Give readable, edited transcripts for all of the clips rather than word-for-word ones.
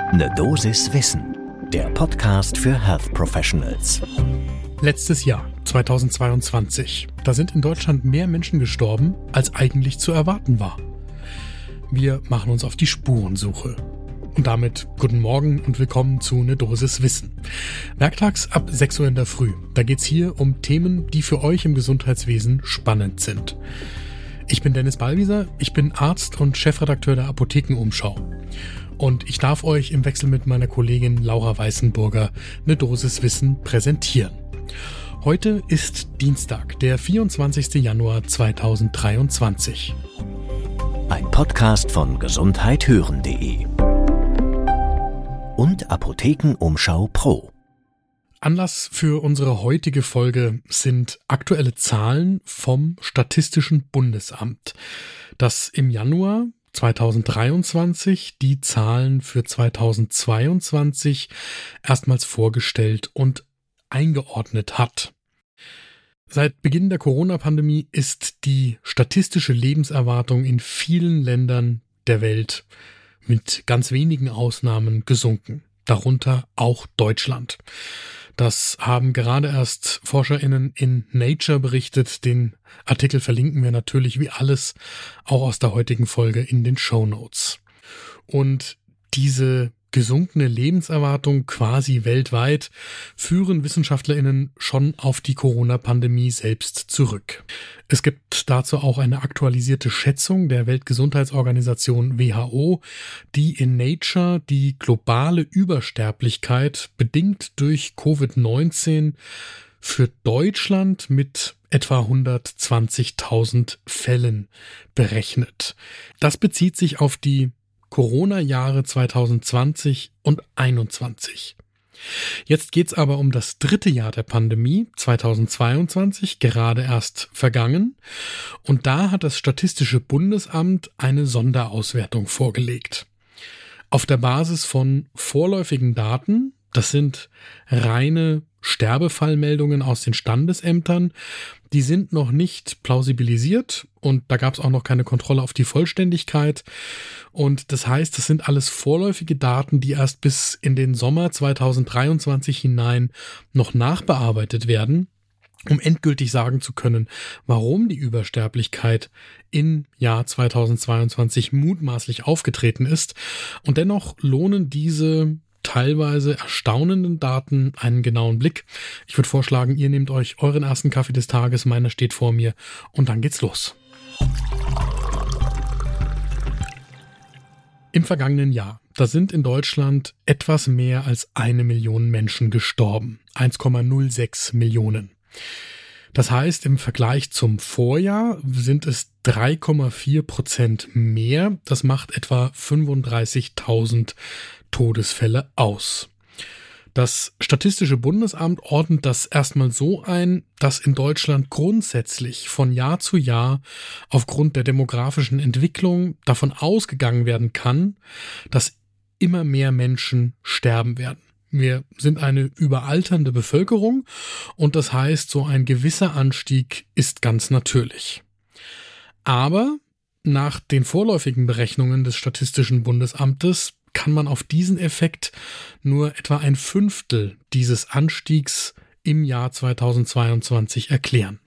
Ne Dosis Wissen, der Podcast für Health Professionals. Letztes Jahr, 2022, da sind in Deutschland mehr Menschen gestorben, als eigentlich zu erwarten war. Wir machen uns auf die Spurensuche. Und damit guten Morgen und willkommen zu Ne Dosis Wissen. Werktags ab 6 Uhr in der Früh. Da geht's hier um Themen, die für euch im Gesundheitswesen spannend sind. Ich bin Dennis Ballwieser, ich bin Arzt und Chefredakteur der Apothekenumschau. Und ich darf euch im Wechsel mit meiner Kollegin Laura Weißenburger Ne Dosis Wissen präsentieren. Heute ist Dienstag, der 24. Januar 2023. Ein Podcast von gesundheithören.de und Apothekenumschau Pro. Anlass für unsere heutige Folge sind aktuelle Zahlen vom Statistischen Bundesamt, das im Januar 2023 die Zahlen für 2022 erstmals vorgestellt und eingeordnet hat. Seit Beginn der Corona-Pandemie ist die statistische Lebenserwartung in vielen Ländern der Welt mit ganz wenigen Ausnahmen gesunken, darunter auch Deutschland. Das haben gerade erst ForscherInnen in Nature berichtet. Den Artikel verlinken wir natürlich wie alles auch aus der heutigen Folge in den Shownotes. Und diese gesunkene Lebenserwartung quasi weltweit führen WissenschaftlerInnen schon auf die Corona-Pandemie selbst zurück. Es gibt dazu auch eine aktualisierte Schätzung der Weltgesundheitsorganisation WHO, die in Nature die globale Übersterblichkeit bedingt durch Covid-19 für Deutschland mit etwa 120.000 Fällen berechnet. Das bezieht sich auf die Corona-Jahre 2020 und 2021. Jetzt geht's aber um das dritte Jahr der Pandemie, 2022, gerade erst vergangen. Und da hat das Statistische Bundesamt eine Sonderauswertung vorgelegt. Auf der Basis von vorläufigen Daten, das sind reine Sterbefallmeldungen aus den Standesämtern, die sind noch nicht plausibilisiert und da gab es auch noch keine Kontrolle auf die Vollständigkeit. Und das heißt, das sind alles vorläufige Daten, die erst bis in den Sommer 2023 hinein noch nachbearbeitet werden, um endgültig sagen zu können, warum die Übersterblichkeit im Jahr 2022 mutmaßlich aufgetreten ist. Und dennoch lohnen diese teilweise erstaunenden Daten einen genauen Blick. Ich würde vorschlagen, ihr nehmt euch euren ersten Kaffee des Tages, meiner steht vor mir und dann geht's los. Im vergangenen Jahr, da sind in Deutschland etwas mehr als 1 Million Menschen gestorben. 1,06 Millionen. Das heißt, im Vergleich zum Vorjahr sind es 3,4% mehr. Das macht etwa 35.000 Todesfälle aus. Das Statistische Bundesamt ordnet das erstmal so ein, dass in Deutschland grundsätzlich von Jahr zu Jahr aufgrund der demografischen Entwicklung davon ausgegangen werden kann, dass immer mehr Menschen sterben werden. Wir sind eine überalternde Bevölkerung und das heißt, so ein gewisser Anstieg ist ganz natürlich. Aber nach den vorläufigen Berechnungen des Statistischen Bundesamtes kann man auf diesen Effekt nur etwa 1/5 dieses Anstiegs im Jahr 2022 erklären.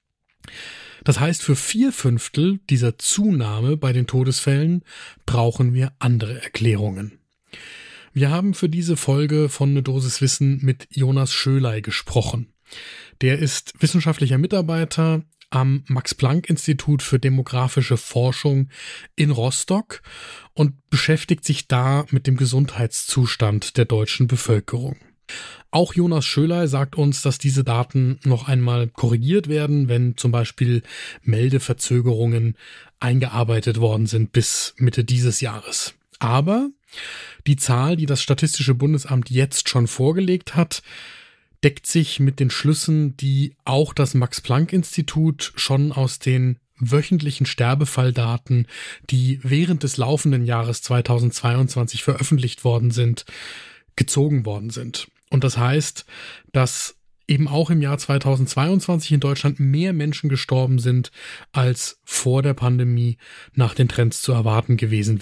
Das heißt, für 4/5 dieser Zunahme bei den Todesfällen brauchen wir andere Erklärungen. Wir haben für diese Folge von Ne Dosis Wissen mit Jonas Schöley gesprochen. Der ist wissenschaftlicher Mitarbeiter am Max-Planck-Institut für demografische Forschung in Rostock und beschäftigt sich da mit dem Gesundheitszustand der deutschen Bevölkerung. Auch Jonas Schöley sagt uns, dass diese Daten noch einmal korrigiert werden, wenn zum Beispiel Meldeverzögerungen eingearbeitet worden sind bis Mitte dieses Jahres. Aber die Zahl, die das Statistische Bundesamt jetzt schon vorgelegt hat, deckt sich mit den Schlüssen, die auch das Max-Planck-Institut schon aus den wöchentlichen Sterbefalldaten, die während des laufenden Jahres 2022 veröffentlicht worden sind, gezogen worden sind. Und das heißt, dass eben auch im Jahr 2022 in Deutschland mehr Menschen gestorben sind, als vor der Pandemie nach den Trends zu erwarten gewesen wäre.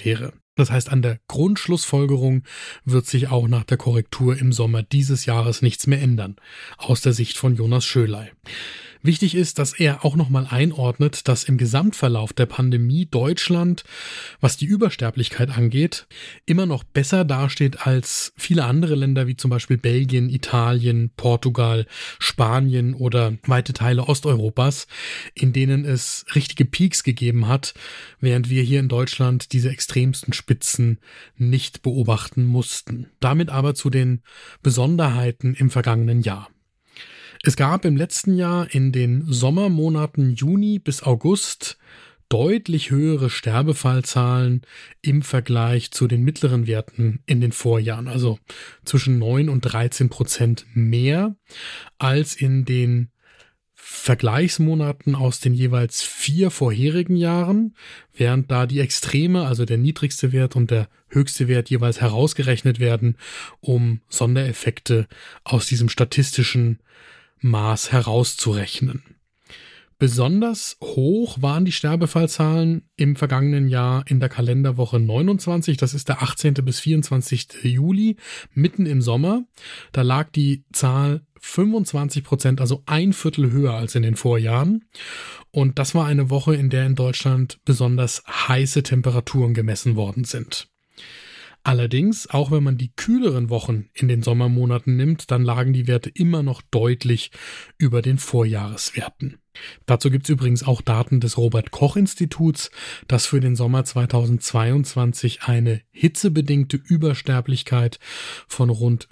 Das heißt, an der Grundschlussfolgerung wird sich auch nach der Korrektur im Sommer dieses Jahres nichts mehr ändern, aus der Sicht von Jonas Schöley. Wichtig ist, dass er auch nochmal einordnet, dass im Gesamtverlauf der Pandemie Deutschland, was die Übersterblichkeit angeht, immer noch besser dasteht als viele andere Länder wie zum Beispiel Belgien, Italien, Portugal, Spanien oder weite Teile Osteuropas, in denen es richtige Peaks gegeben hat, während wir hier in Deutschland diese extremsten Spitzen nicht beobachten mussten. Damit aber zu den Besonderheiten im vergangenen Jahr. Es gab im letzten Jahr in den Sommermonaten Juni bis August deutlich höhere Sterbefallzahlen im Vergleich zu den mittleren Werten in den Vorjahren, also zwischen 9 und 13% mehr als in den Vergleichsmonaten aus den jeweils 4 vorherigen Jahren, während da die Extreme, also der niedrigste Wert und der höchste Wert jeweils herausgerechnet werden, um Sondereffekte aus diesem statistischen Maß herauszurechnen. Besonders hoch waren die Sterbefallzahlen im vergangenen Jahr in der Kalenderwoche 29, das ist der 18. bis 24. Juli, mitten im Sommer. Da lag die Zahl 25%, also 1/4 höher als in den Vorjahren. Und das war eine Woche, in der in Deutschland besonders heiße Temperaturen gemessen worden sind. Allerdings, auch wenn man die kühleren Wochen in den Sommermonaten nimmt, dann lagen die Werte immer noch deutlich über den Vorjahreswerten. Dazu gibt es übrigens auch Daten des Robert-Koch-Instituts, das für den Sommer 2022 eine hitzebedingte Übersterblichkeit von rund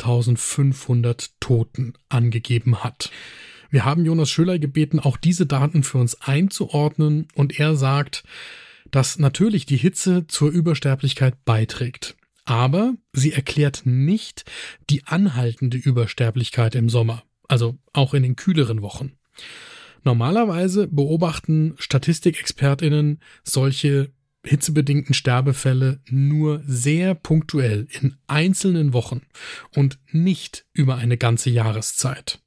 4.500 Toten angegeben hat. Wir haben Jonas Schöley gebeten, auch diese Daten für uns einzuordnen, und er sagt, dass natürlich die Hitze zur Übersterblichkeit beiträgt. Aber sie erklärt nicht die anhaltende Übersterblichkeit im Sommer, also auch in den kühleren Wochen. Normalerweise beobachten StatistikexpertInnen solche hitzebedingten Sterbefälle nur sehr punktuell in einzelnen Wochen und nicht über eine ganze Jahreszeit.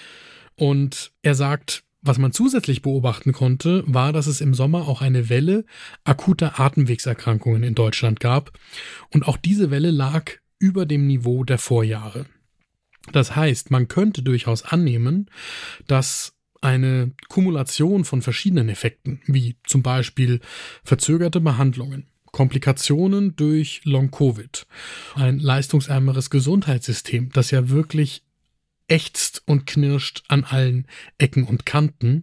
Und er sagt, was man zusätzlich beobachten konnte, war, dass es im Sommer auch eine Welle akuter Atemwegserkrankungen in Deutschland gab. Und auch diese Welle lag über dem Niveau der Vorjahre. Das heißt, man könnte durchaus annehmen, dass eine Kumulation von verschiedenen Effekten, wie zum Beispiel verzögerte Behandlungen, Komplikationen durch Long-Covid, ein leistungsärmeres Gesundheitssystem, das ja wirklich ächzt und knirscht an allen Ecken und Kanten.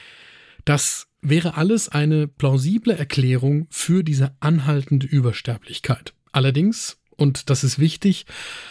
Das wäre alles eine plausible Erklärung für diese anhaltende Übersterblichkeit. Allerdings, und das ist wichtig,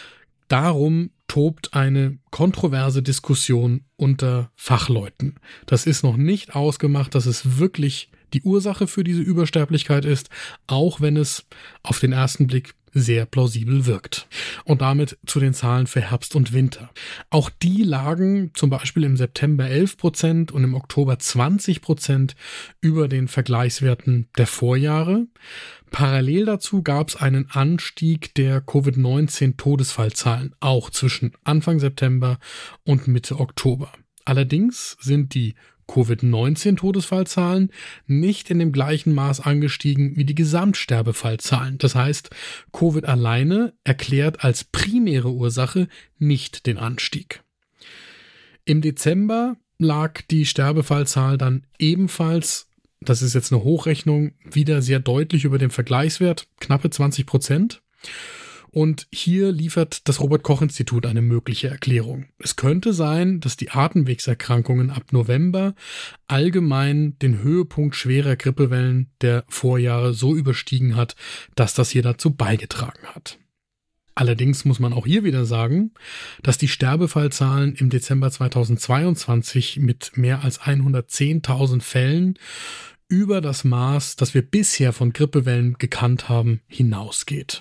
darum tobt eine kontroverse Diskussion unter Fachleuten. Das ist noch nicht ausgemacht, dass es wirklich die Ursache für diese Übersterblichkeit ist, auch wenn es auf den ersten Blick sehr plausibel wirkt. Und damit zu den Zahlen für Herbst und Winter. Auch die lagen zum Beispiel im September 11% und im Oktober 20% über den Vergleichswerten der Vorjahre. Parallel dazu gab es einen Anstieg der Covid-19-Todesfallzahlen, auch zwischen Anfang September und Mitte Oktober. Allerdings sind die Covid-19-Todesfallzahlen nicht in dem gleichen Maß angestiegen wie die Gesamtsterbefallzahlen. Das heißt, Covid alleine erklärt als primäre Ursache nicht den Anstieg. Im Dezember lag die Sterbefallzahl dann ebenfalls, das ist jetzt eine Hochrechnung, wieder sehr deutlich über dem Vergleichswert, knappe 20%. Und hier liefert das Robert-Koch-Institut eine mögliche Erklärung. Es könnte sein, dass die Atemwegserkrankungen ab November allgemein den Höhepunkt schwerer Grippewellen der Vorjahre so überstiegen hat, dass das hier dazu beigetragen hat. Allerdings muss man auch hier wieder sagen, dass die Sterbefallzahlen im Dezember 2022 mit mehr als 110.000 Fällen über das Maß, das wir bisher von Grippewellen gekannt haben, hinausgeht.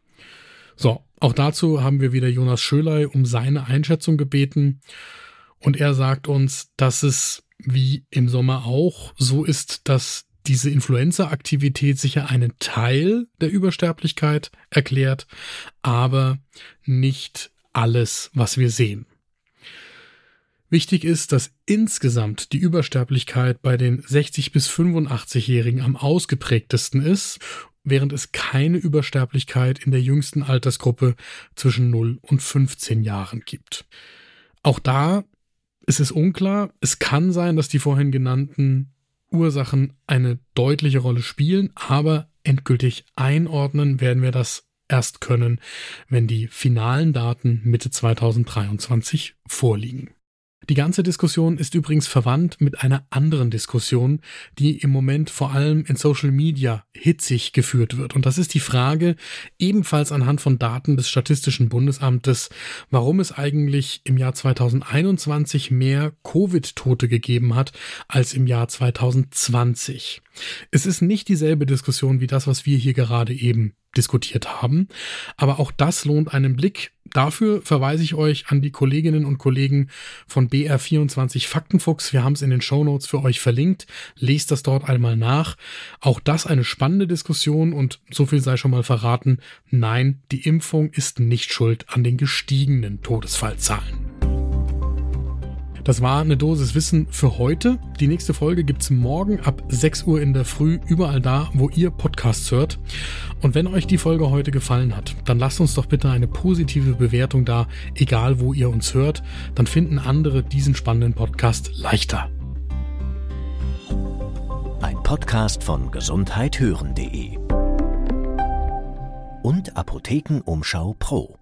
So, auch dazu haben wir wieder Jonas Schöley um seine Einschätzung gebeten, und er sagt uns, dass es wie im Sommer auch so ist, dass diese Influenza-Aktivität sicher einen Teil der Übersterblichkeit erklärt, aber nicht alles, was wir sehen. Wichtig ist, dass insgesamt die Übersterblichkeit bei den 60- bis 85-Jährigen am ausgeprägtesten ist während es keine Übersterblichkeit in der jüngsten Altersgruppe zwischen 0 und 15 Jahren gibt. Auch da ist es unklar. Es kann sein, dass die vorhin genannten Ursachen eine deutliche Rolle spielen, aber endgültig einordnen werden wir das erst können, wenn die finalen Daten Mitte 2023 vorliegen. Die ganze Diskussion ist übrigens verwandt mit einer anderen Diskussion, die im Moment vor allem in Social Media hitzig geführt wird. Und das ist die Frage, ebenfalls anhand von Daten des Statistischen Bundesamtes, warum es eigentlich im Jahr 2021 mehr Covid-Tote gegeben hat als im Jahr 2020. Es ist nicht dieselbe Diskussion wie das, was wir hier gerade eben diskutiert haben, aber auch das lohnt einen Blick. Dafür verweise ich euch an die Kolleginnen und Kollegen von BR24 Faktenfuchs. Wir haben es in den Shownotes für euch verlinkt. Lest das dort einmal nach. Auch das eine spannende Diskussion und so viel sei schon mal verraten. Nein, die Impfung ist nicht schuld an den gestiegenen Todesfallzahlen. Das war eine Dosis Wissen für heute. Die nächste Folge gibt's morgen ab 6 Uhr in der Früh, überall da, wo ihr Podcasts hört. Und wenn euch die Folge heute gefallen hat, dann lasst uns doch bitte eine positive Bewertung da, egal wo ihr uns hört. Dann finden andere diesen spannenden Podcast leichter. Ein Podcast von gesundheithören.de und Apothekenumschau Pro.